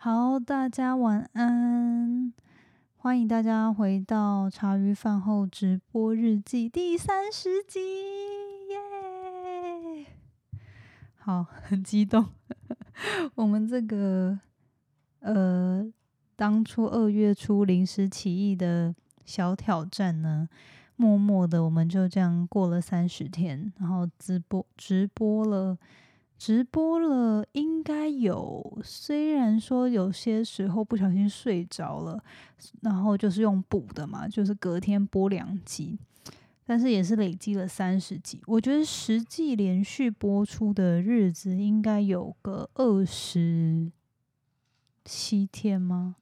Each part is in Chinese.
好，大家晚安，欢迎大家回到茶余饭后直播日记第30集，耶！好，很激动。我们这个当初2月初临时起意的小挑战呢，默默的我们就这样过了30天，然后直播了应该有，虽然说有些时候不小心睡着了，然后就是用补的嘛，就是隔天播2集，但是也是累积了30集。我觉得实际连续播出的日子应该有个27天吗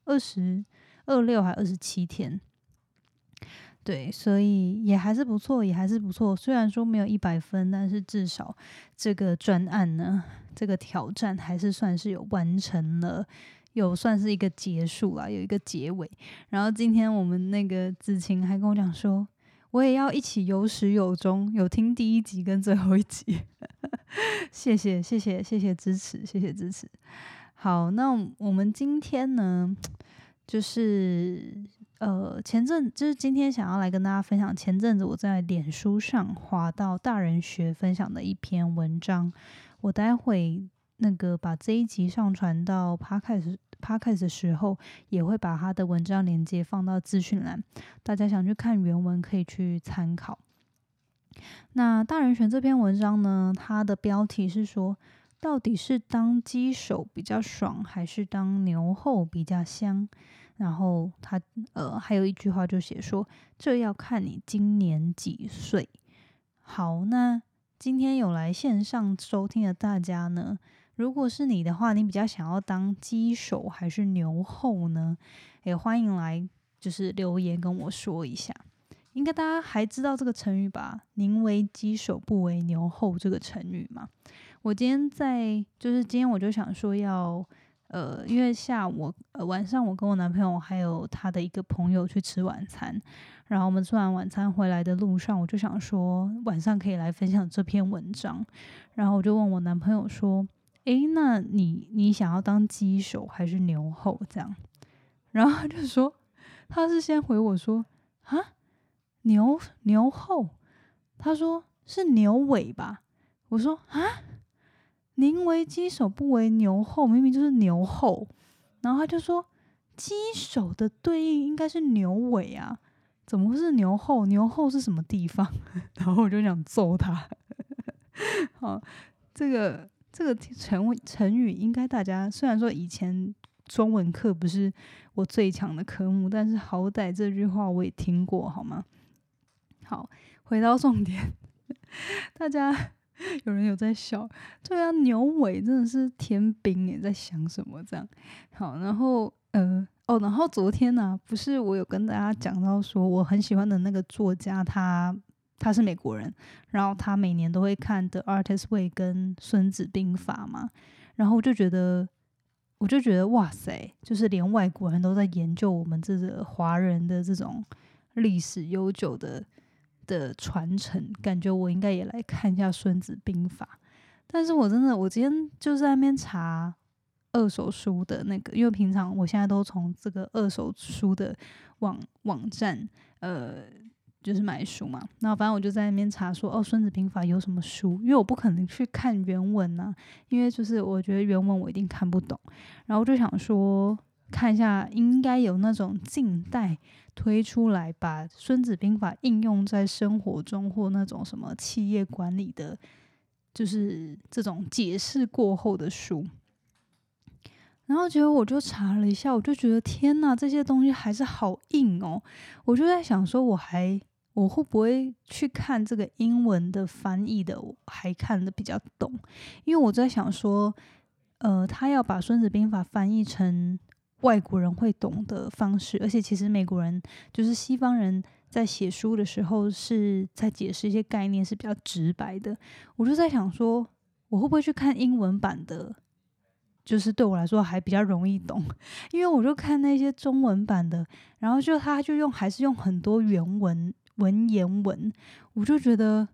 ？26还27天。对，所以也还是不错，也还是不错。虽然说没有100分，但是至少这个专案呢，这个挑战还是算是有完成了，有算是一个结束啦，有一个结尾。然后今天我们那个子晴还跟我讲说，我也要一起有始有终，有听第1集跟最后1集。谢谢谢谢谢谢支持，谢谢支持。好，那我们今天呢，就是就是今天想要来跟大家分享，前阵子我在脸书上滑到大人学分享的一篇文章，我待会那个把这一集上传到 Podcast 的时候，也会把他的文章连接放到资讯栏，大家想去看原文可以去参考。那大人学这篇文章呢，它的标题是说，到底是当鸡手比较爽，还是当牛后比较香？然后他还有一句话就写说，这要看你今年几岁。好，那今天有来线上收听的大家呢，如果是你的话，你比较想要当鸡手还是牛后呢？也欢迎来就是留言跟我说一下。应该大家还知道这个成语吧？宁为鸡首不为牛后这个成语嘛。我今天我就想说要因为晚上我跟我男朋友还有他的一个朋友去吃晚餐，然后我们吃完晚餐回来的路上，我就想说晚上可以来分享这篇文章，然后我就问我男朋友说，诶，那你想要当鸡首还是牛后这样？然后他就说，他是先回我说啊牛后，他说是牛尾吧？我说啊，宁为鸡首不为牛后，明明就是牛后。然后他就说，鸡首的对应应该是牛尾啊，怎么会是牛后？牛后是什么地方？然后我就想揍他。好，这个成语应该大家虽然说以前中文课不是我最强的科目，但是好歹这句话我也听过，好吗？好，回到重点，大家有人有在笑，对啊，牛尾真的是天兵耶，在想什么这样？好，然后然后昨天呢、不是我有跟大家讲到说，我很喜欢的那个作家，他是美国人，然后他每年都会看《The Artist Way》跟《孙子兵法》嘛，然后我就觉得哇塞，就是连外国人都在研究我们这个华人的这种历史悠久的传承，感觉我应该也来看一下《孙子兵法》。但是我今天就在那边查二手书的那个，因为平常我现在都从这个二手书的网站就是买书嘛，然后反正我就在那边查说《孙子兵法》有什么书，因为我不可能去看原文啊，因为就是我觉得原文我一定看不懂，然后我就想说看一下，应该有那种近代推出来把《孙子兵法》应用在生活中，或那种什么企业管理的，就是这种解释过后的书。然后结果我就查了一下，我就觉得天哪，这些东西还是好硬哦！我就在想说，我会不会去看这个英文的翻译的，我还看得比较懂？因为我在想说，他要把《孙子兵法》翻译成外国人会懂的方式，而且其实美国人就是西方人在写书的时候是在解释一些概念是比较直白的。我就在想说，我会不会去看英文版的？就是对我来说还比较容易懂，因为我就看那些中文版的，然后他还是用很多原文文言文，我就觉得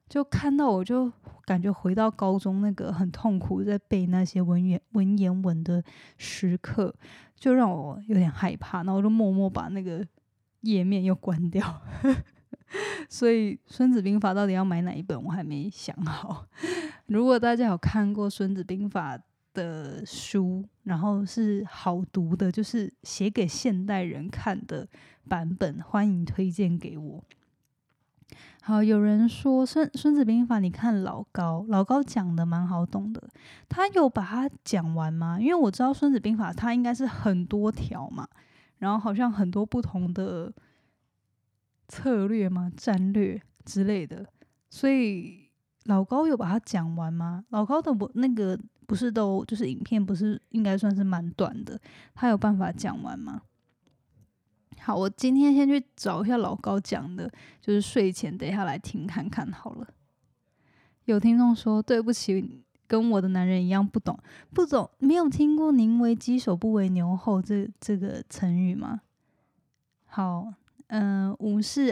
就看到我就感觉回到高中那个很痛苦在背那些文言文的时刻，就让我有点害怕，然后我就默默把那个页面又关掉。所以《孙子兵法》到底要买哪一本，我还没想好。如果大家有看过《孙子兵法》的书，然后是好读的，就是写给现代人看的版本，欢迎推荐给我。好，有人说孙子兵法，你看老高讲的蛮好懂的，他有把它讲完吗？因为我知道孙子兵法它应该是很多条嘛，然后好像很多不同的策略嘛、战略之类的，所以老高有把它讲完吗？老高的那个不是都就是影片，不是应该算是蛮短的，他有办法讲完吗？好，我今天先去找一下老高讲的，就是睡前等一下来听看看好了。有听众说对不起，跟我的男人一样不懂，没有听过宁为鸡首不为牛后这个成语吗？好，武士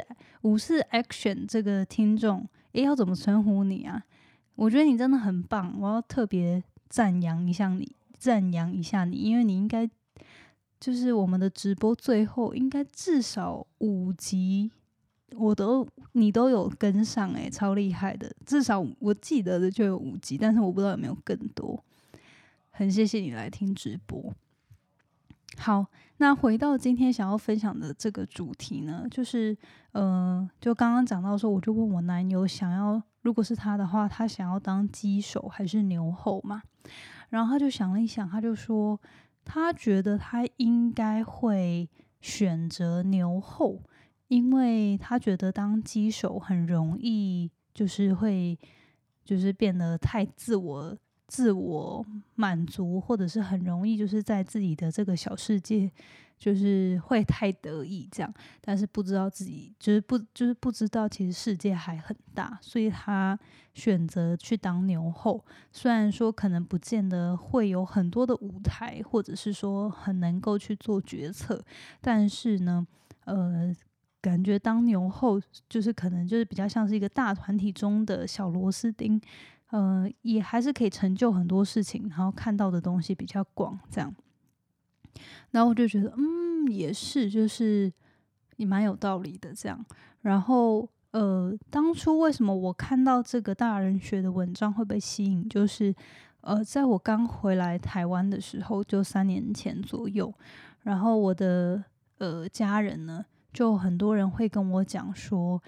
action 这个听众，要怎么称呼你啊？我觉得你真的很棒，我要特别赞扬一下你，因为你应该就是我们的直播最后应该至少5集，你都有跟上超厉害的，至少我记得的就有5集，但是我不知道有没有更多。很谢谢你来听直播。好，那回到今天想要分享的这个主题呢，就是就刚刚讲到说，我就问我男友如果是他的话，他想要当鸡首还是牛后嘛？然后他就想了一想，他就说他觉得他应该会选择牛后，因为他觉得当鸡首很容易就是会就是变得太自我满足，或者是很容易就是在自己的这个小世界，就是会太得意这样，但是不知道自己不知道其实世界还很大，所以他选择去当牛后。虽然说可能不见得会有很多的舞台，或者是说很能够去做决策，但是呢，感觉当牛后就是可能就是比较像是一个大团体中的小螺丝钉。也还是可以成就很多事情，然后看到的东西比较广，这样。然后我就觉得，也是，就是也蛮有道理的这样。然后，当初为什么我看到这个大人学的文章会被吸引，就是在我刚回来台湾的时候，就3年前左右，然后我的家人呢，就很多人会跟我讲说，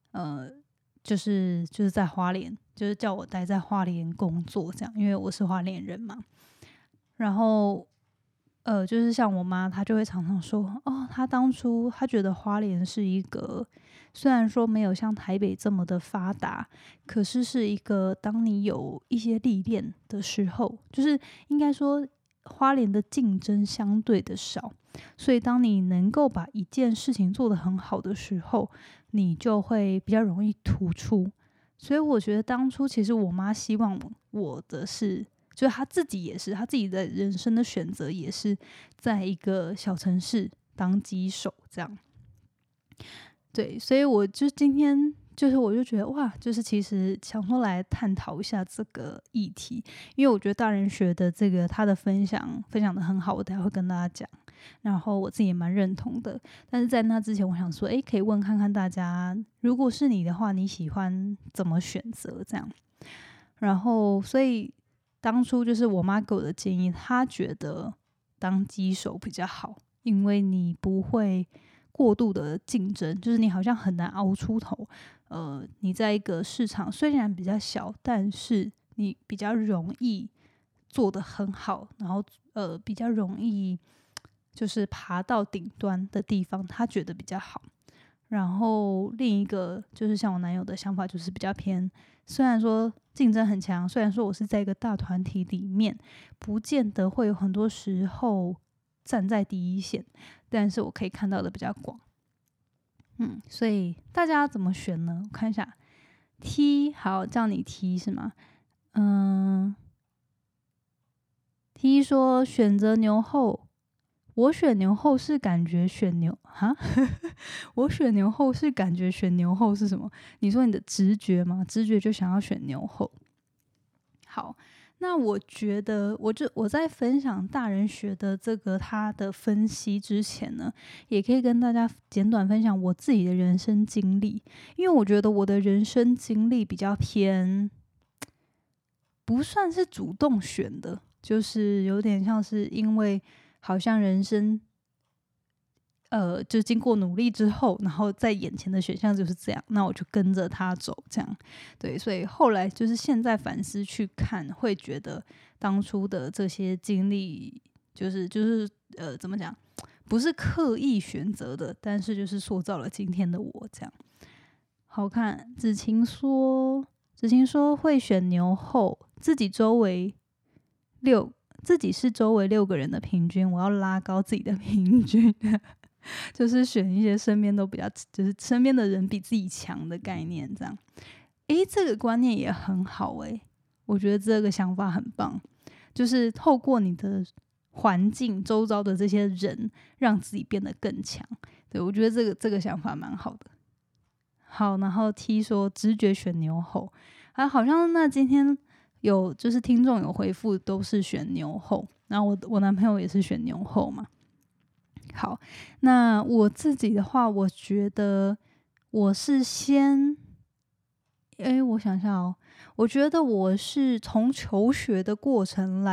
就是在花莲，就是叫我待在花莲工作这样，因为我是花莲人嘛。然后就是像我妈，她就会常常说，她当初她觉得花莲是一个虽然说没有像台北这么的发达，可是一个当你有一些历练的时候，就是应该说花莲的竞争相对的少，所以当你能够把一件事情做得很好的时候，你就会比较容易突出。所以我觉得当初其实我妈希望我的是，就是她自己也是，她自己的人生的选择也是在一个小城市当鸡首这样。对，所以我就今天就是我就觉得哇，就是其实想说来探讨一下这个议题，因为我觉得大人学的这个他的分享的很好，我等下会跟大家讲，然后我自己也蛮认同的。但是在那之前，我想说，可以问看看大家，如果是你的话，你喜欢怎么选择这样？然后，所以当初就是我妈给我的建议，她觉得当鸡首比较好，因为你不会过度的竞争，就是你好像很难熬出头。你在一个市场虽然比较小，但是你比较容易做得很好，然后比较容易就是爬到顶端的地方，他觉得比较好。然后另一个就是像我男友的想法，就是比较偏，虽然说竞争很强，虽然说我是在一个大团体里面，不见得会有很多时候站在第一线，但是我可以看到的比较广。所以大家怎么选呢？我看一下 T， 好，叫你 T 是吗？T 说选择牛后我选牛后是感觉选牛哈，我选牛后是感觉选牛后是什么？你说你的直觉吗？直觉就想要选牛后。好，那我觉得我在分享大人学的这个他的分析之前呢，也可以跟大家简短分享我自己的人生经历，因为我觉得我的人生经历比较偏，不算是主动选的，就是有点像是因为好像人生就经过努力之后，然后在眼前的选项就是这样，那我就跟着他走，这样。对，所以后来就是现在反思去看，会觉得当初的这些经历，就是怎么讲，不是刻意选择的，但是就是塑造了今天的我，这样。好看，子晴说会选牛后，自己是周围6个人的平均，我要拉高自己的平均。就是选一些身边都比较，就是身边的人比自己强的概念，这样。这个观念也很好我觉得这个想法很棒，就是透过你的环境周遭的这些人，让自己变得更强。对，我觉得这个想法蛮好的。好，然后 T 说直觉选牛后，好像那今天有就是听众有回复都是选牛后，然后我男朋友也是选牛后嘛。好，那我自己的话，我觉得我是先，我想想哦，我觉得我是从求学的过程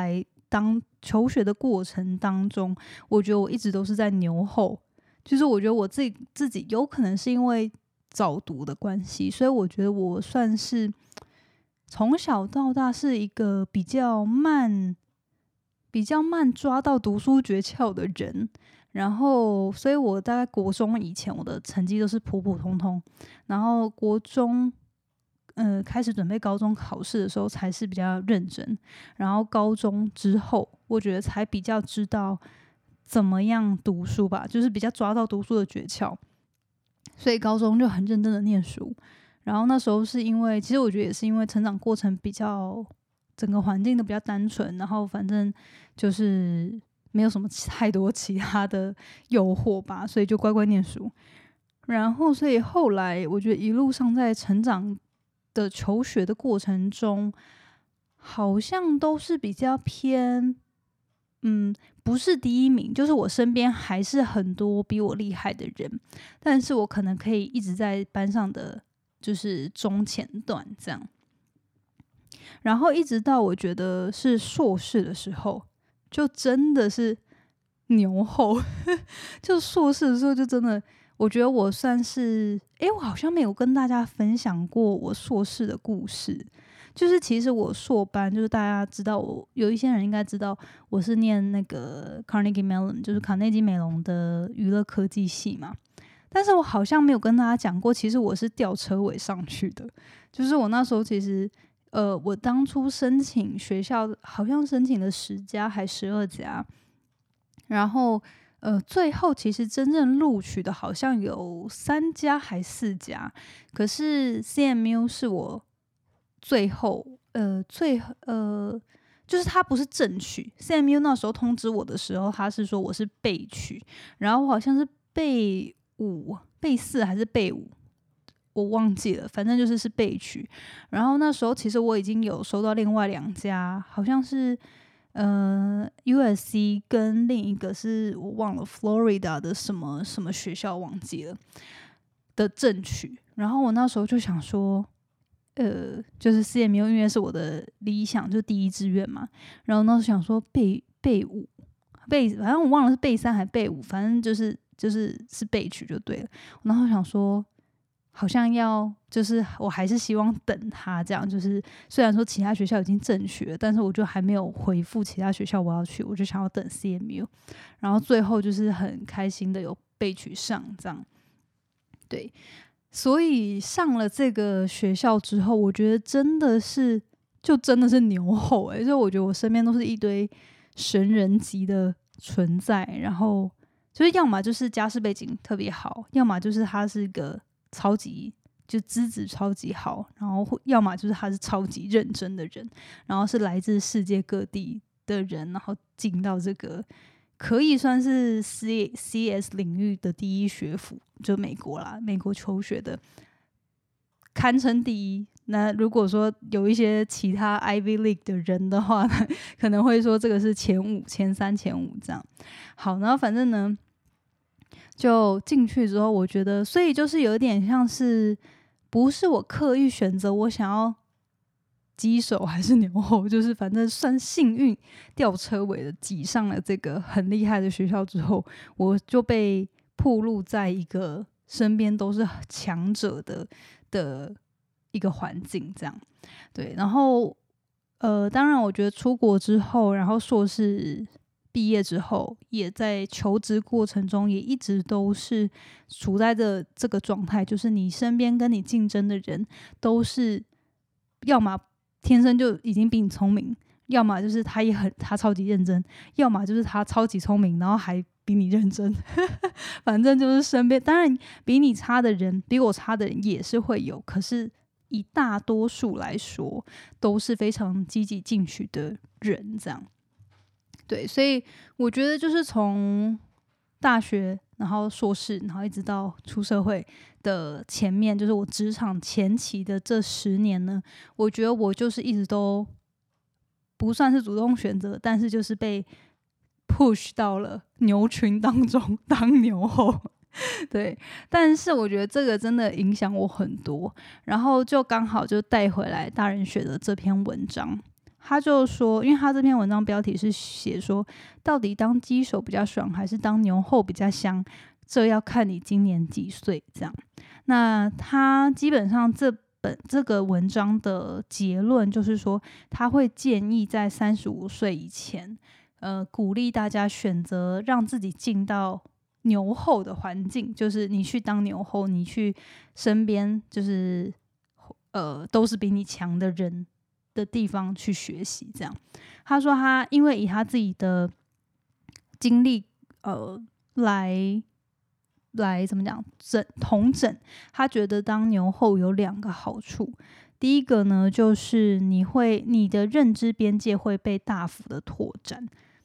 当中，我觉得我一直都是在牛后，就是我觉得我自己有可能是因为早读的关系，所以我觉得我算是从小到大是一个比较慢抓到读书诀窍的人。然后，所以我大概国中以前，我的成绩都是普普通通。然后国中，开始准备高中考试的时候，才是比较认真。然后高中之后，我觉得才比较知道怎么样读书吧，就是比较抓到读书的诀窍。所以高中就很认真的念书。然后那时候是因为，其实我觉得也是因为成长过程比较，整个环境都比较单纯，然后反正就是没有什么太多其他的诱惑吧，所以就乖乖念书。然后，所以后来我觉得一路上在成长的求学的过程中，好像都是比较偏，不是第一名，就是我身边还是很多比我厉害的人，但是我可能可以一直在班上的就是中前段这样。然后一直到我觉得是硕士的时候，就真的是牛后，就硕士的时候就真的，我觉得我算是，我好像没有跟大家分享过我硕士的故事。就是其实我硕班，就是大家知道我有一些人应该知道，我是念那个 Carnegie Mellon， 就是卡内基梅隆的娱乐科技系嘛。但是我好像没有跟大家讲过，其实我是吊车尾上去的。就是我那时候其实，我当初申请学校，好像申请了10家还12家，然后最后其实真正录取的好像有3家还4家，可是 CMU 是我最后就是他不是正取 ，CMU 那时候通知我的时候，他是说我是备取，然后我好像是备4还是备5，我忘记了，反正就是备取。然后那时候其实我已经有收到另外2家，好像是USC 跟另一个是我忘了 Florida 的什么什么学校忘记了的正取。然后我那时候就想说，就是 CMU 因为是我的理想，就第一志愿嘛。然后那时候想说备5，反正我忘了是备3还备5，反正是备取就对了。然后想说，好像就是我还是希望等他这样，就是虽然说其他学校已经正取了，但是我就还没有回复其他学校我要去，我就想要等 CMU。然后最后就是很开心的有备取上这样，对。所以上了这个学校之后，我觉得真的是牛后所以我觉得我身边都是一堆神人级的存在，然后就是要么就是家世背景特别好，要么就是他是一个超级就资质超级好，然后要么就是他是超级认真的人，然后是来自世界各地的人，然后进到这个可以算是 CS 领域的第一学府，就美国啦，美国求学的堪称第一。那如果说有一些其他 Ivy League 的人的话呢，可能会说这个是前5、前3、前5这样。好，然后反正呢，就进去之后，我觉得，所以就是有点像是，不是我刻意选择我想要鸡手还是牛后，就是反正算幸运吊车尾的挤上了这个很厉害的学校之后，我就被暴露在一个身边都是强者的一个环境，这样对。然后当然我觉得出国之后，然后硕士毕业之后，也在求职过程中也一直都是处在这个状态，就是你身边跟你竞争的人都是要么天生就已经比你聪明，要么就是他超级认真，要么就是他超级聪明，然后还比你认真反正就是身边当然比你差的人，比我差的人也是会有，可是以大多数来说都是非常积极进取的人，这样对。所以我觉得就是从大学然后硕士然后一直到出社会的前面，就是我职场前期的这10年呢，我觉得我就是一直都不算是主动选择，但是就是被 push 到了牛群当中当牛后对。但是我觉得这个真的影响我很多，然后就刚好就带回来大人学的这篇文章。他就说，因为他这篇文章标题是写说，到底当鸡手比较爽还是当牛后比较香，这要看你今年几岁这样。那他基本上这个文章的结论就是说，他会建议在35岁以前鼓励大家选择让自己进到牛后的环境，就是你去当牛后，你去身边就是都是比你强的人的地方去学习这样。他说他因为以他自己的经历来怎么讲统整，他觉得当牛后有2个好处。第一个呢，就是你的认知边界会被大幅的拓展。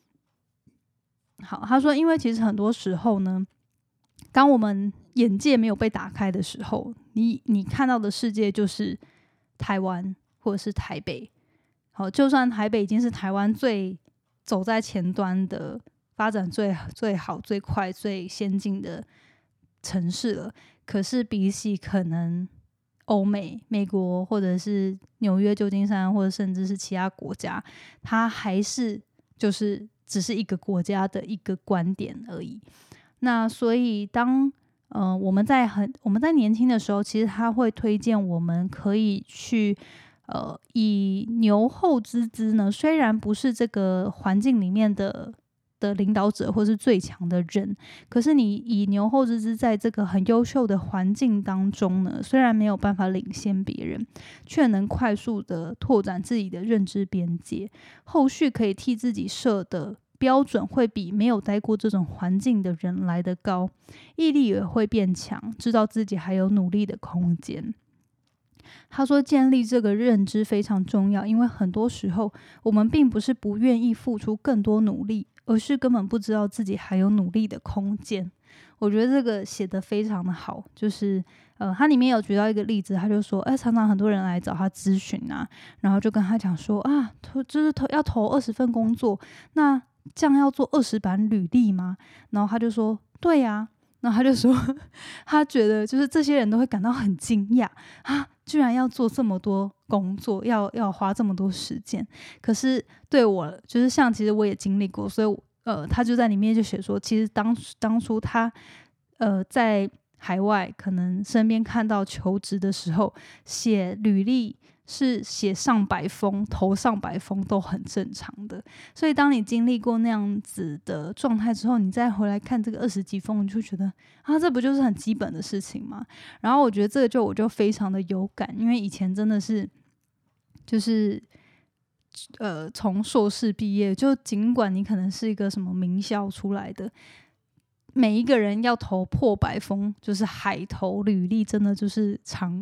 好，他说因为其实很多时候呢，当我们眼界没有被打开的时候，你看到的世界就是台湾或者是台北。好，就算台北已经是台湾最走在前端的发展最好最快最先进的城市了，可是比起可能欧美美国或者是纽约旧金山或者甚至是其他国家，它还是就是只是一个国家的一个观点而已。那所以当我们在年轻的时候，其实他会推荐我们可以去以牛后之姿呢，虽然不是这个环境里面的领导者或是最强的人，可是你以牛后之姿在这个很优秀的环境当中呢，虽然没有办法领先别人，却能快速的拓展自己的认知边界，后续可以替自己设的标准会比没有待过这种环境的人来得高，毅力也会变强，知道自己还有努力的空间。他说建立这个认知非常重要，因为很多时候我们并不是不愿意付出更多努力，而是根本不知道自己还有努力的空间。我觉得这个写得非常的好，就是他里面有举到一个例子，他就说常常很多人来找他咨询啊，然后就跟他讲说就是要投20份工作，那这样要做20版履历吗？然后他就说对啊，然后他就说他觉得就是这些人都会感到很惊讶居然要做这么多工作，要花这么多时间。可是对我就是像其实我也经历过，所以他就在里面就写说，其实当初他在海外可能身边看到求职的时候，写履历是写上百封，投上百封都很正常的。所以当你经历过那样子的状态之后，你再回来看这个20几封，你就觉得这不就是很基本的事情吗？然后我觉得这个我就非常的有感，因为以前真的是就是从硕士毕业，就尽管你可能是一个什么名校出来的，每一个人要投破100封，就是海投履历，真的就是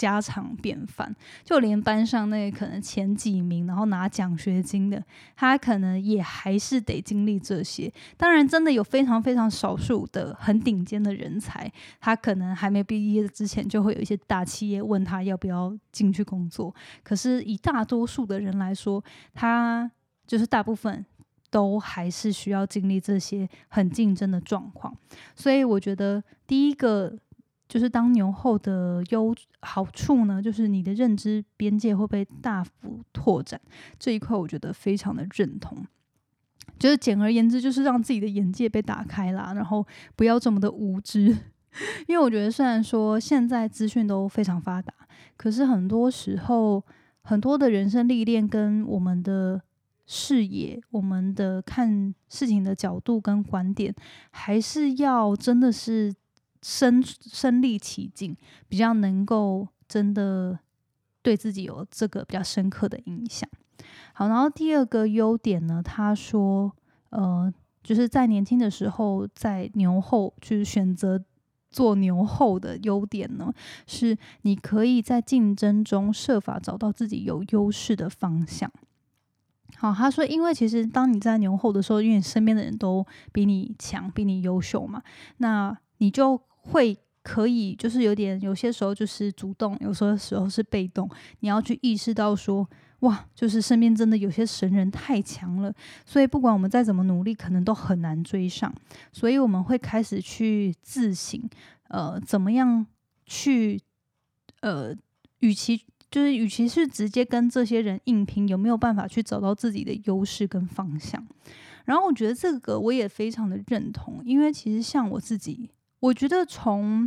家常便饭，就连班上那个可能前几名然后拿奖学金的，他可能也还是得经历这些。当然真的有非常非常少数的很顶尖的人才，他可能还没毕业之前就会有一些大企业问他要不要进去工作，可是以大多数的人来说，他就是大部分都还是需要经历这些很竞争的状况。所以我觉得第一个就是当牛后的好处呢，就是你的认知边界会被大幅拓展，这一块我觉得非常的认同。就是简而言之，就是让自己的眼界被打开啦，然后不要这么的无知。因为我觉得虽然说现在资讯都非常发达，可是很多时候很多的人生历练跟我们的视野，我们的看事情的角度跟观点，还是要真的是身历其境，比较能够真的对自己有这个比较深刻的影响。好，然后第二个优点呢，他说就是在年轻的时候在牛后就是选择做牛后的优点呢，是你可以在竞争中设法找到自己有优势的方向。好，他说因为其实当你在牛后的时候，因为你身边的人都比你强比你优秀嘛，那你就会可以就是有些时候就是主动，有时候是被动，你要去意识到说哇，就是身边真的有些神人太强了，所以不管我们再怎么努力可能都很难追上，所以我们会开始去自省怎么样去与其是直接跟这些人硬拼，有没有办法去找到自己的优势跟方向。然后我觉得这个我也非常的认同，因为其实像我自己，我觉得从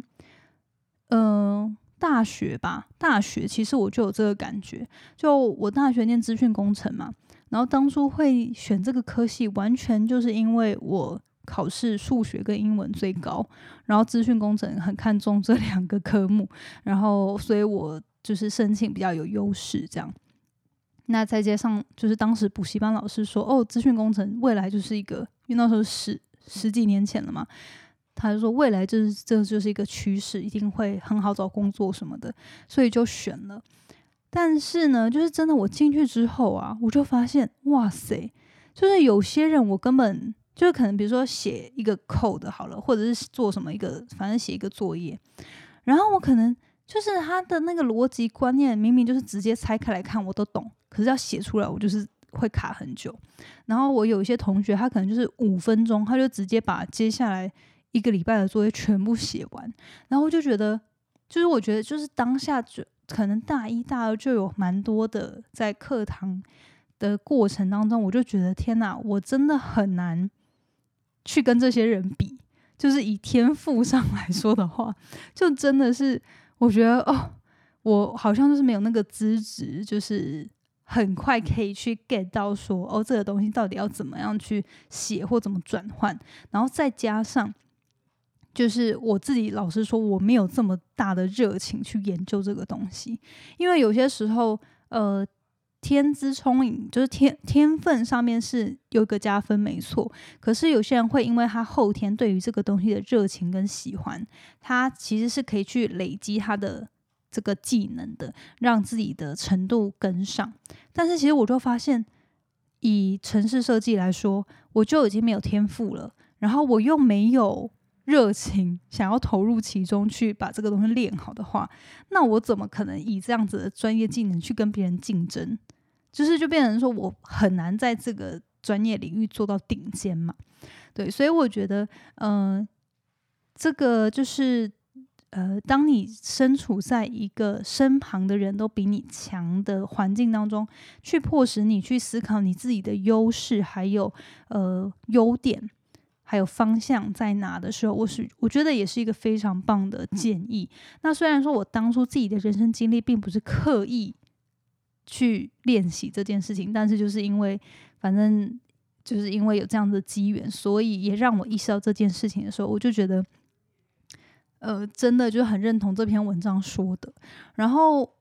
大学其实我就有这个感觉。就我大学念资讯工程嘛，然后当初会选这个科系，完全就是因为我考试数学跟英文最高，然后资讯工程很看重这2个科目，然后所以我就是申请比较有优势这样。那再加上就是当时补习班老师说资讯工程未来就是一个，因为那时候十几年前了嘛，他就说未来这就是一个趋势，一定会很好找工作什么的，所以就选了。但是呢，就是真的我进去之后啊，我就发现哇塞，就是有些人我根本就是可能比如说写一个 code 好了，或者是做什么反正写一个作业，然后我可能就是他的那个逻辑观念明明就是直接拆开来看我都懂，可是要写出来我就是会卡很久。然后我有一些同学他可能就是5分钟他就直接把接下来1个礼拜的作业全部写完，然后我就觉得就是我觉得就是当下就可能大1大2就有蛮多的在课堂的过程当中，我就觉得天哪，我真的很难去跟这些人比，就是以天赋上来说的话，就真的是我觉得我好像就是没有那个资质，就是很快可以去 get 到说这个东西到底要怎么样去写或怎么转换，然后再加上就是我自己老实说我没有这么大的热情去研究这个东西，因为有些时候天资聪颖就是天分上面是有一个加分没错，可是有些人会因为他后天对于这个东西的热情跟喜欢，他其实是可以去累积他的这个技能的，让自己的程度跟上。但是其实我就发现以程式设计来说，我就已经没有天赋了，然后我又没有热情想要投入其中去把这个东西练好的话，那我怎么可能以这样子的专业技能去跟别人竞争？就变成说我很难在这个专业领域做到顶尖嘛。对，所以我觉得这个就是当你身处在一个身旁的人都比你强的环境当中，去迫使你去思考你自己的优势还有优点还有方向在哪的时候，我觉得也是一个非常棒的建议。那虽然说我当初自己的人生经历并不是刻意去练习这件事情，但是就是因为反正就是因为有这样的机缘，所以也让我意识到这件事情的时候，我就觉得真的就很认同这篇文章说的。然后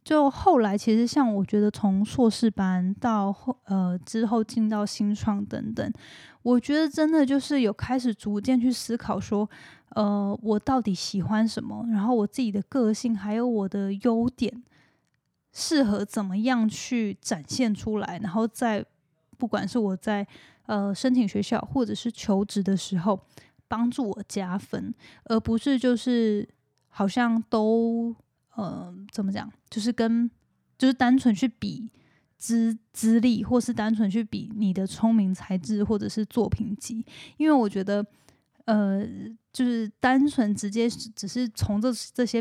就后来其实像我觉得从硕士班到之后进到新创等等，我觉得真的就是有开始逐渐去思考说，我到底喜欢什么，然后我自己的个性还有我的优点适合怎么样去展现出来，然后不管是我在申请学校或者是求职的时候帮助我加分，而不是就是好像都怎么讲，就是单纯去比资历，或是单纯去比你的聪明才智或者是作品集，因为我觉得就是单纯直接只是从这些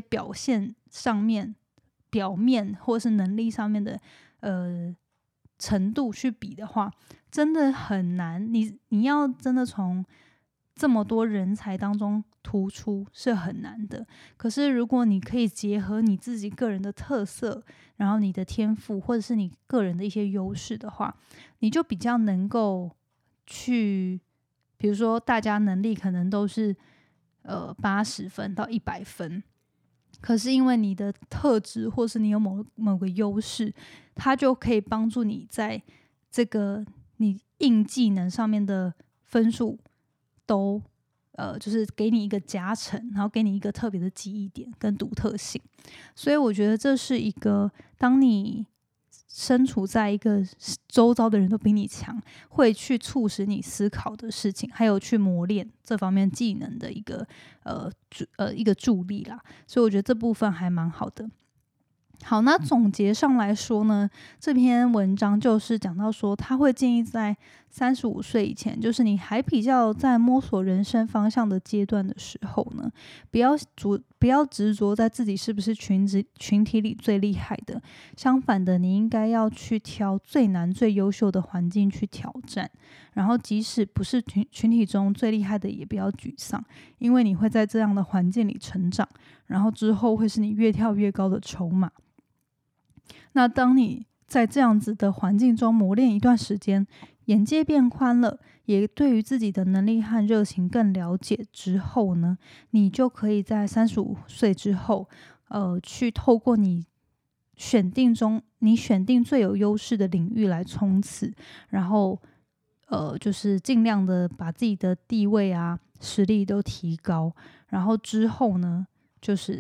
表面或是能力上面的程度去比的话，真的很难。你要真的从这么多人才当中突出是很难的。可是如果你可以结合你自己个人的特色，然后你的天赋或者是你个人的一些优势的话，你就比较能够去，比如说大家能力可能都是80分到100分，可是因为你的特质或是你有某个优势，它就可以帮助你在这个你硬技能上面的分数都就是给你一个加成，然后给你一个特别的记忆点跟独特性。所以我觉得这是一个当你身处在一个周遭的人都比你强，会去促使你思考的事情，还有去磨练这方面技能的一个助力啦。所以我觉得这部分还蛮好的。好，那总结上来说呢，这篇文章就是讲到说，他会建议在35岁以前，就是你还比较在摸索人生方向的阶段的时候呢，不要执着在自己是不是群体里最厉害的，相反的，你应该要去挑最难最优秀的环境去挑战，然后即使不是群体中最厉害的，也不要沮丧，因为你会在这样的环境里成长，然后之后会是你越跳越高的筹码。那当你在这样子的环境中磨练一段时间，眼界变宽了，也对于自己的能力和热情更了解之后呢，你就可以在35岁之后，去透过你选定最有优势的领域来冲刺，然后就是尽量的把自己的地位啊、实力都提高，然后之后呢，就是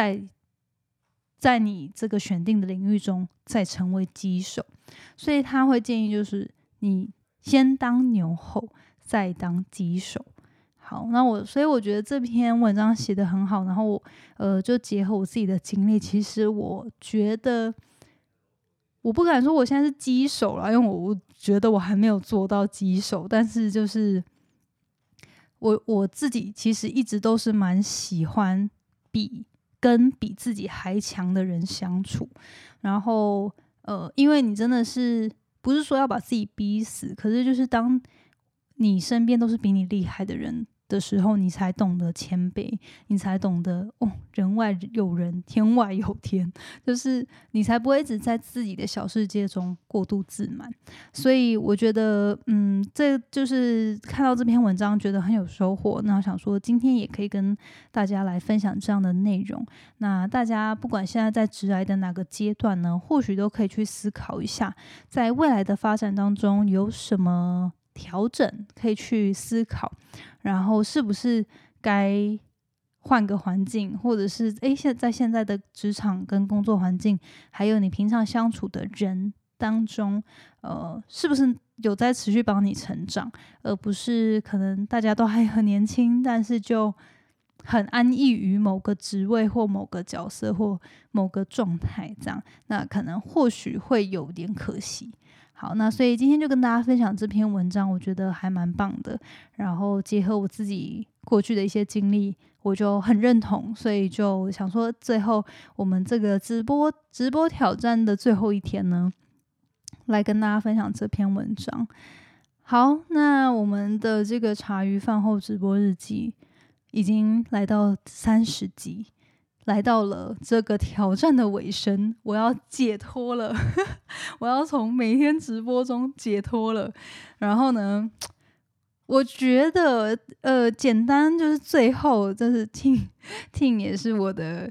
在你这个选定的领域中再成为鸡手。所以他会建议就是你先当牛后再当鸡手。好，所以我觉得这篇文章写得很好，然后就结合我自己的经历，其实我觉得我不敢说我现在是鸡手了，因为我觉得我还没有做到鸡手，但是就是我自己其实一直都是蛮喜欢跟比自己还强的人相处，然后因为你真的是不是说要把自己逼死，可是就是当你身边都是比你厉害的人的时候，你才懂得谦卑，你才懂得人外有人，天外有天，就是你才不会一直在自己的小世界中过度自满。所以我觉得这就是看到这篇文章觉得很有收获，那想说今天也可以跟大家来分享这样的内容。那大家不管现在在职涯的哪个阶段呢，或许都可以去思考一下，在未来的发展当中有什么调整可以去思考，然后是不是该换个环境，或者是现在的职场跟工作环境，还有你平常相处的人当中，是不是有在持续帮你成长，而不是可能大家都还很年轻，但是就很安逸于某个职位或某个角色或某个状态这样，那可能或许会有点可惜。好，那所以今天就跟大家分享这篇文章，我觉得还蛮棒的，然后结合我自己过去的一些经历，我就很认同，所以就想说最后我们这个直播挑战的最后一天呢，来跟大家分享这篇文章。好，那我们的这个茶余饭后直播日记已经来到30集，来到了这个挑战的尾声，我要解脱了我要从每天直播中解脱了。然后呢，我觉得简单就是最后就是听也是我的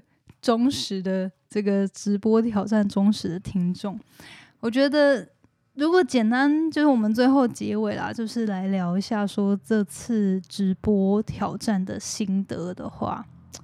忠实的这个直播挑战忠实的听众。我觉得如果简单就是我们最后结尾啦，就是来聊一下说这次直播挑战的心得的话，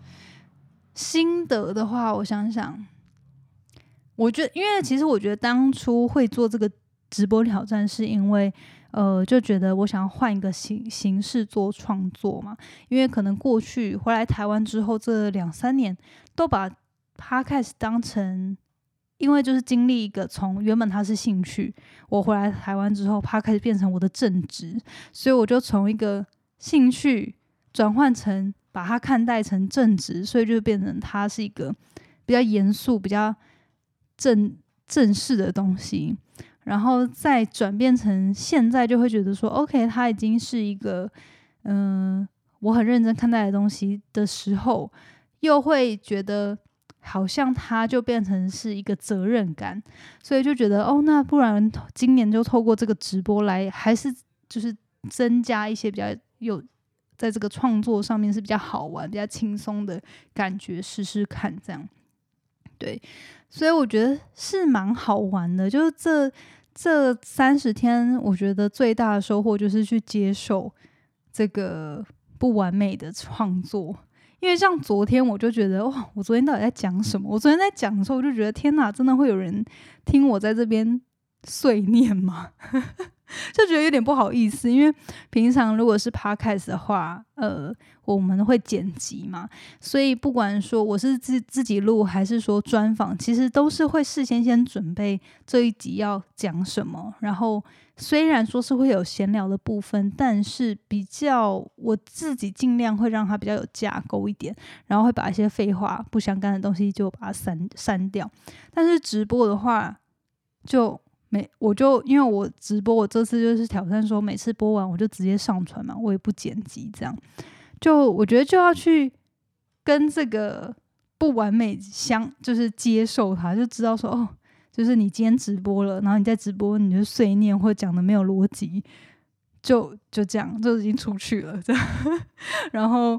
我想想，我觉得因为其实我觉得当初会做这个直播挑战是因为就觉得我想要换一个形式做创作嘛，因为可能过去回来台湾之后这2-3年都把 Podcast 当成，因为就是经历一个从原本它是兴趣，我回来台湾之后 Podcast 变成我的正职，所以我就从一个兴趣转换成把它看待成正职，所以就变成它是一个比较严肃比较正式的东西，然后再转变成现在就会觉得说 OK 它已经是一个我很认真看待的东西的时候，又会觉得好像它就变成是一个责任感，所以就觉得那不然今年就透过这个直播来还是就是增加一些比较有在这个创作上面是比较好玩比较轻松的感觉试试看这样。对，所以我觉得是蛮好玩的，就是这30天我觉得最大的收获就是去接受这个不完美的创作。因为像昨天我就觉得哇，我昨天到底在讲什么？我昨天在讲的时候我就觉得天哪，真的会有人听我在这边碎念吗？就觉得有点不好意思，因为平常如果是 podcast 的话我们会剪辑嘛，所以不管说我是自己录还是说专访，其实都是会事先准备这一集要讲什么，然后虽然说是会有闲聊的部分，但是比较我自己尽量会让它比较有架构一点，然后会把一些废话不相干的东西就把它删掉。但是直播的话我就因为我直播，我这次就是挑战说每次播完我就直接上传嘛，我也不剪辑，这样就我觉得就要去跟这个不完美就是接受它，就知道说就是你今天直播了，然后你在直播你就碎念或讲的没有逻辑，就这样就已经出去了这样然后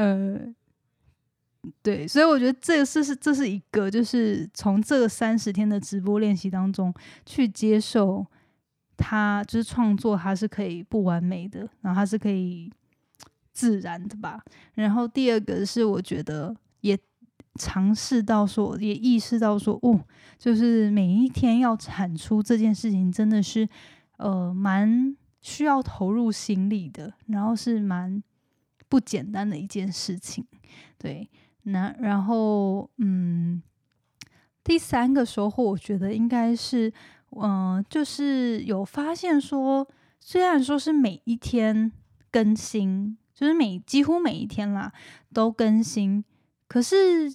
对，所以我觉得这是一个，就是从这个30天的直播练习当中去接受它，就是创作它是可以不完美的，然后它是可以自然的吧。然后第二个是我觉得也尝试到说，也意识到说就是每一天要产出这件事情真的是蛮需要投入心力的，然后是蛮不简单的一件事情。对，然后第3个收获我觉得应该是就是有发现说，虽然说是每一天更新，就是几乎每一天啦都更新，可是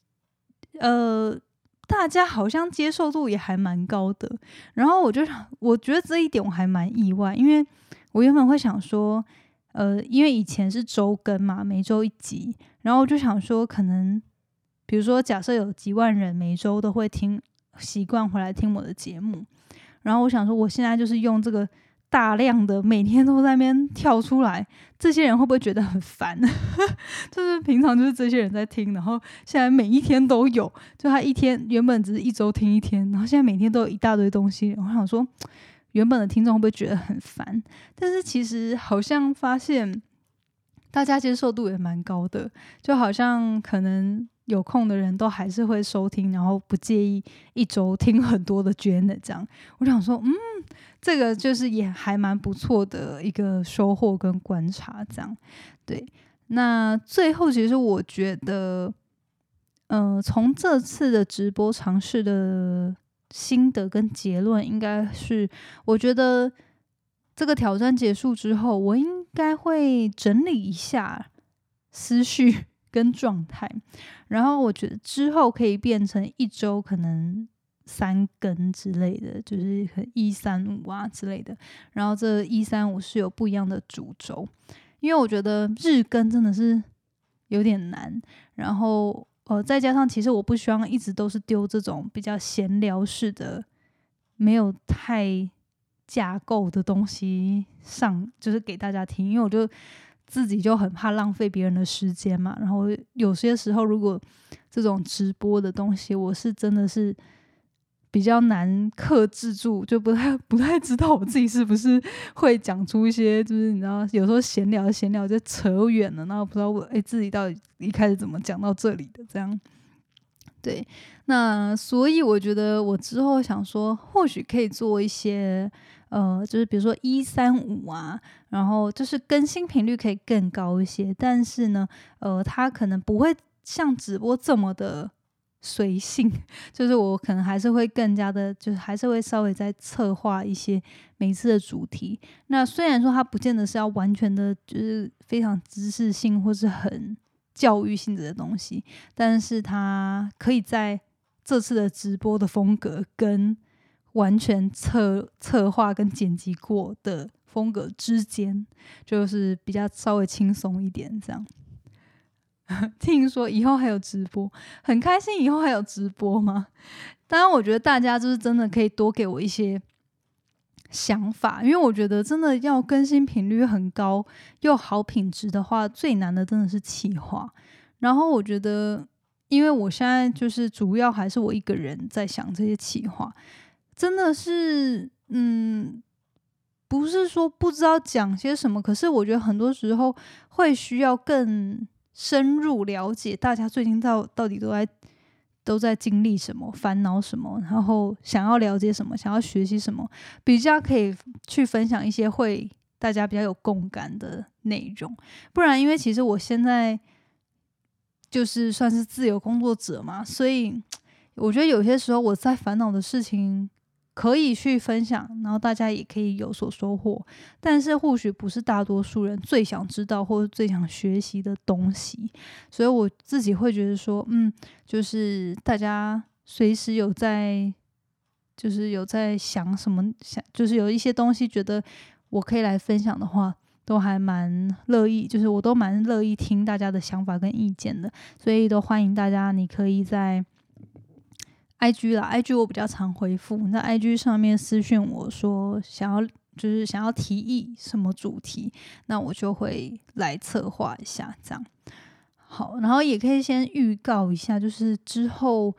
大家好像接受度也还蛮高的。然后我觉得这一点我还蛮意外，因为我原本会想说因为以前是周更嘛，每周1集，然后我就想说可能比如说假设有几万人每周都会习惯回来听我的节目，然后我想说我现在就是用这个大量的每天都在那边跳出来，这些人会不会觉得很烦就是平常就是这些人在听，然后现在每一天都有，就他一天原本只是1周听1天，然后现在每天都有一大堆东西，我想说原本的听众会不会觉得很烦？但是其实好像发现大家接受度也蛮高的，就好像可能有空的人都还是会收听，然后不介意1周听很多的Janet这样。我想说这个就是也还蛮不错的一个收获跟观察这样。对，那最后其实我觉得从这次的直播尝试的心得跟结论应该是，我觉得这个挑战结束之后，我应该会整理一下思绪跟状态，然后我觉得之后可以变成1周可能3更之类的，就是135啊之类的，然后这135是有不一样的主轴，因为我觉得日更真的是有点难，然后再加上其实我不希望一直都是丢这种比较闲聊式的没有太架构的东西就是给大家听，因为我就自己就很怕浪费别人的时间嘛，然后有些时候如果这种直播的东西，我是真的是比较难克制住，就不太知道我自己是不是会讲出一些，就是你知道，有时候闲聊就扯远了，然后不知道我自己到底一开始怎么讲到这里的这样。对，那所以我觉得我之后想说，或许可以做一些就是比如说135啊，然后就是更新频率可以更高一些，但是呢，它可能不会像直播这么的随性，就是我可能还是会更加的，就是还是会稍微再策划一些每次的主题。那虽然说它不见得是要完全的，就是非常知识性或是很教育性质的东西，但是它可以在这次的直播的风格跟完全策划跟剪辑过的风格之间，就是比较稍微轻松一点这样。听说以后还有直播，很开心。以后还有直播吗？当然，我觉得大家就是真的可以多给我一些想法，因为我觉得真的要更新频率很高又好品质的话，最难的真的是企划。然后我觉得，因为我现在就是主要还是我一个人在想这些企划，真的是不是说不知道讲些什么，可是我觉得很多时候会需要更深入了解大家最近到底都在经历什么，烦恼什么，然后想要了解什么，想要学习什么，比较可以去分享一些会大家比较有共感的内容。不然，因为其实我现在就是算是自由工作者嘛，所以我觉得有些时候我在烦恼的事情可以去分享，然后大家也可以有所收获，但是或许不是大多数人最想知道或者最想学习的东西。所以我自己会觉得说，就是大家随时有在想什么，就是有一些东西觉得我可以来分享的话，都还蛮乐意，就是我都蛮乐意听大家的想法跟意见的，所以都欢迎大家，你可以在IG 啦，IG 我比较常回复，你在 IG 上面私讯我说想要提议什么主题，那我就会来策划一下这样。好，然后也可以先预告一下，就是之后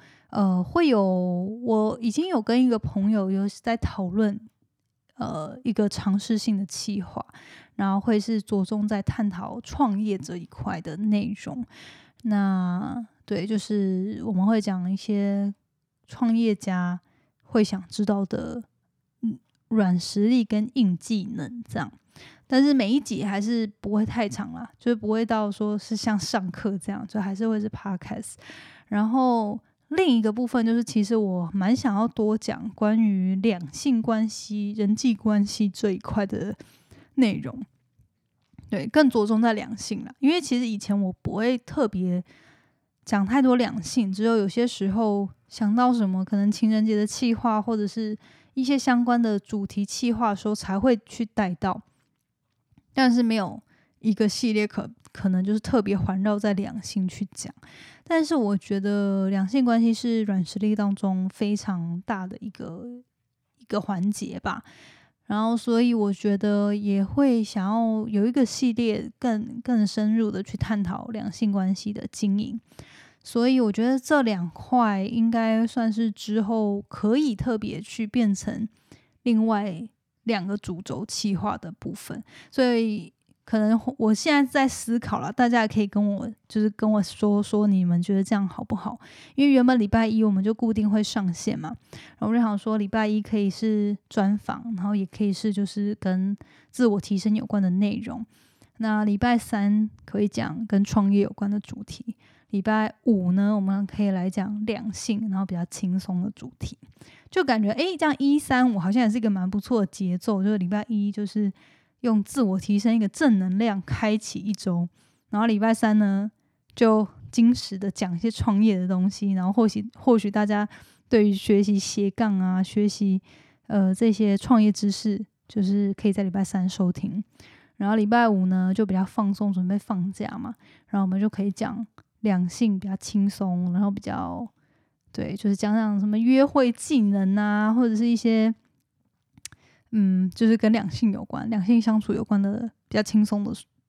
我已经有跟一个朋友有在讨论一个尝试性的企划，然后会是着重在探讨创业这一块的内容。那对，就是我们会讲一些创业家会想知道的软实力跟硬技能这样。但是每一集还是不会太长啦，就是不会到说是像上课这样，就还是会是 podcast。然后另一个部分就是，其实我蛮想要多讲关于两性关系、人际关系这一块的内容，对，更着重在两性啦。因为其实以前我不会特别讲太多两性，只有些时候想到什么可能情人节的企划或者是一些相关的主题企划的时候才会去带到，但是没有一个系列可能就是特别环绕在两性去讲。但是我觉得两性关系是软实力当中非常大的一个环节吧，然后所以我觉得也会想要有一个系列更深入的去探讨两性关系的经营。所以我觉得这两块应该算是之后可以特别去变成另外两个主轴企划的部分。所以可能我现在在思考了，大家也可以跟我说你们觉得这样好不好？因为原本礼拜一我们就固定会上线嘛，然后我就想说礼拜一可以是专访，然后也可以是就是跟自我提升有关的内容。那礼拜三可以讲跟创业有关的主题，礼拜五呢我们可以来讲两性，然后比较轻松的主题。就感觉这样1、3、5好像也是一个蛮不错的节奏，就是礼拜一就是用自我提升一个正能量开启一周，然后礼拜三呢就精实的讲一些创业的东西，然后或许大家对于学习斜杠啊，学习这些创业知识，就是可以在礼拜三收听。然后礼拜五呢就比较放松，准备放假嘛，然后我们就可以讲两性比较轻松，然后比较对，就是讲什么约会技能啊，或者是一些就是跟两性有关、两性相处有关的比较轻松的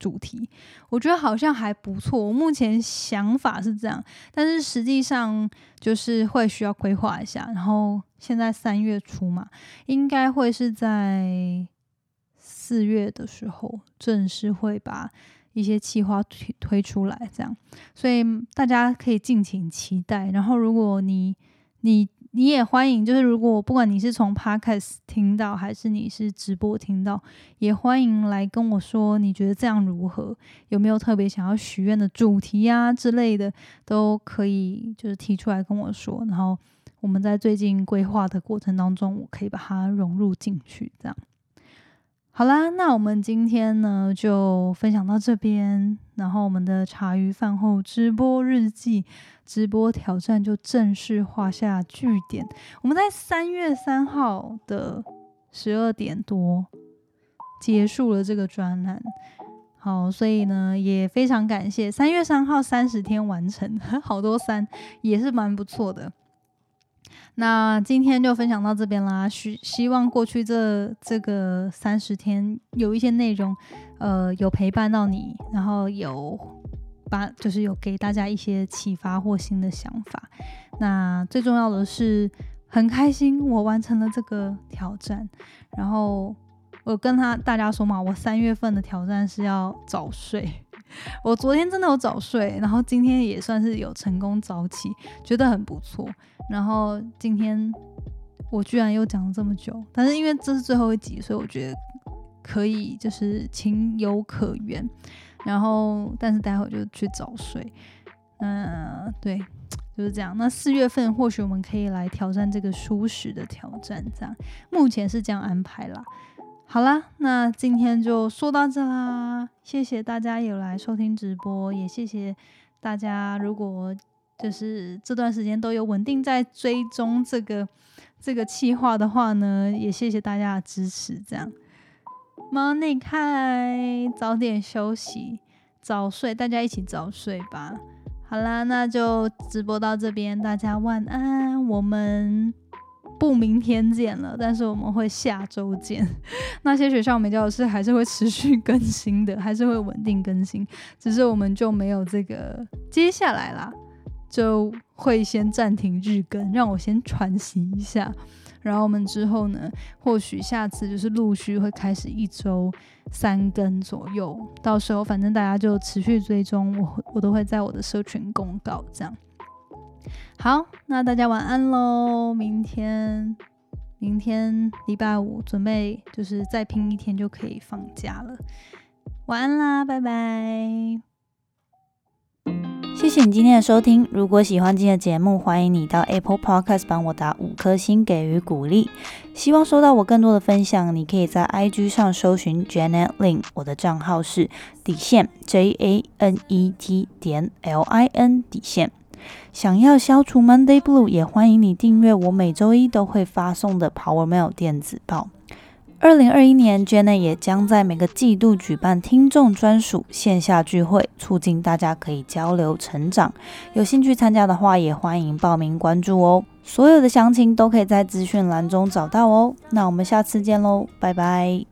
主题，我觉得好像还不错。我目前想法是这样，但是实际上就是会需要规划一下。然后现在3月初嘛，应该会是在4月的时候正式会把一些企划推出来，这样，所以大家可以敬请期待。然后如果你也欢迎，就是如果不管你是从 Podcast 听到还是你是直播听到，也欢迎来跟我说你觉得这样如何，有没有特别想要许愿的主题啊之类的，都可以就是提出来跟我说，然后我们在最近规划的过程当中，我可以把它融入进去，这样。好啦，那我们今天呢就分享到这边，然后我们的茶余饭后直播日记直播挑战就正式画下句点。我们在3月3号的12点多结束了这个专栏。好，所以呢也非常感谢3月3号30天完成，好多3也是蛮不错的。那今天就分享到这边啦，希望过去这个30天有一些内容有陪伴到你，然后就是有给大家一些启发或新的想法。那最重要的是很开心我完成了这个挑战，然后我跟大家说嘛，我3月份的挑战是要早睡，我昨天真的有早睡，然后今天也算是有成功早起，觉得很不错。然后今天我居然又讲了这么久，但是因为这是最后一集，所以我觉得可以就是情有可原。然后但是待会就去早睡，对，就是这样。那4月份或许我们可以来挑战这个蔬食的挑战，这样目前是这样安排啦。好啦，那今天就说到这啦，谢谢大家有来收听直播，也谢谢大家如果就是这段时间都有稳定在追踪这个企划的话呢，也谢谢大家的支持。这样 ，Morning Hi， 早点休息，早睡，大家一起早睡吧。好啦，那就直播到这边，大家晚安。我们不明天见了，但是我们会下周见。那些学校没教的事还是会持续更新的，还是会稳定更新，只是我们就没有这个接下来啦。就会先暂停日更，让我先喘息一下，然后我们之后呢，或许下次就是陆续会开始1周3更左右，到时候反正大家就持续追踪，我都会在我的社群公告这样。好，那大家晚安咯，明天礼拜5准备就是再拼一天就可以放假了，晚安啦，拜拜。 谢谢你今天的收听，如果喜欢今天的节目，欢迎你到 Apple Podcast 帮我打5颗星给予鼓励。希望收到我更多的分享，你可以在 IG 上搜寻 Janet Lin， 我的账号是JANET.LIN。想要消除 Monday Blue， 也欢迎你订阅我每周一都会发送的 Power Mail 电子报。2021年 Janet 也将在每个季度举办听众专属线下聚会，促进大家可以交流成长。有兴趣参加的话，也欢迎报名关注哦。所有的详情都可以在资讯栏中找到哦。那我们下次见喽，拜拜。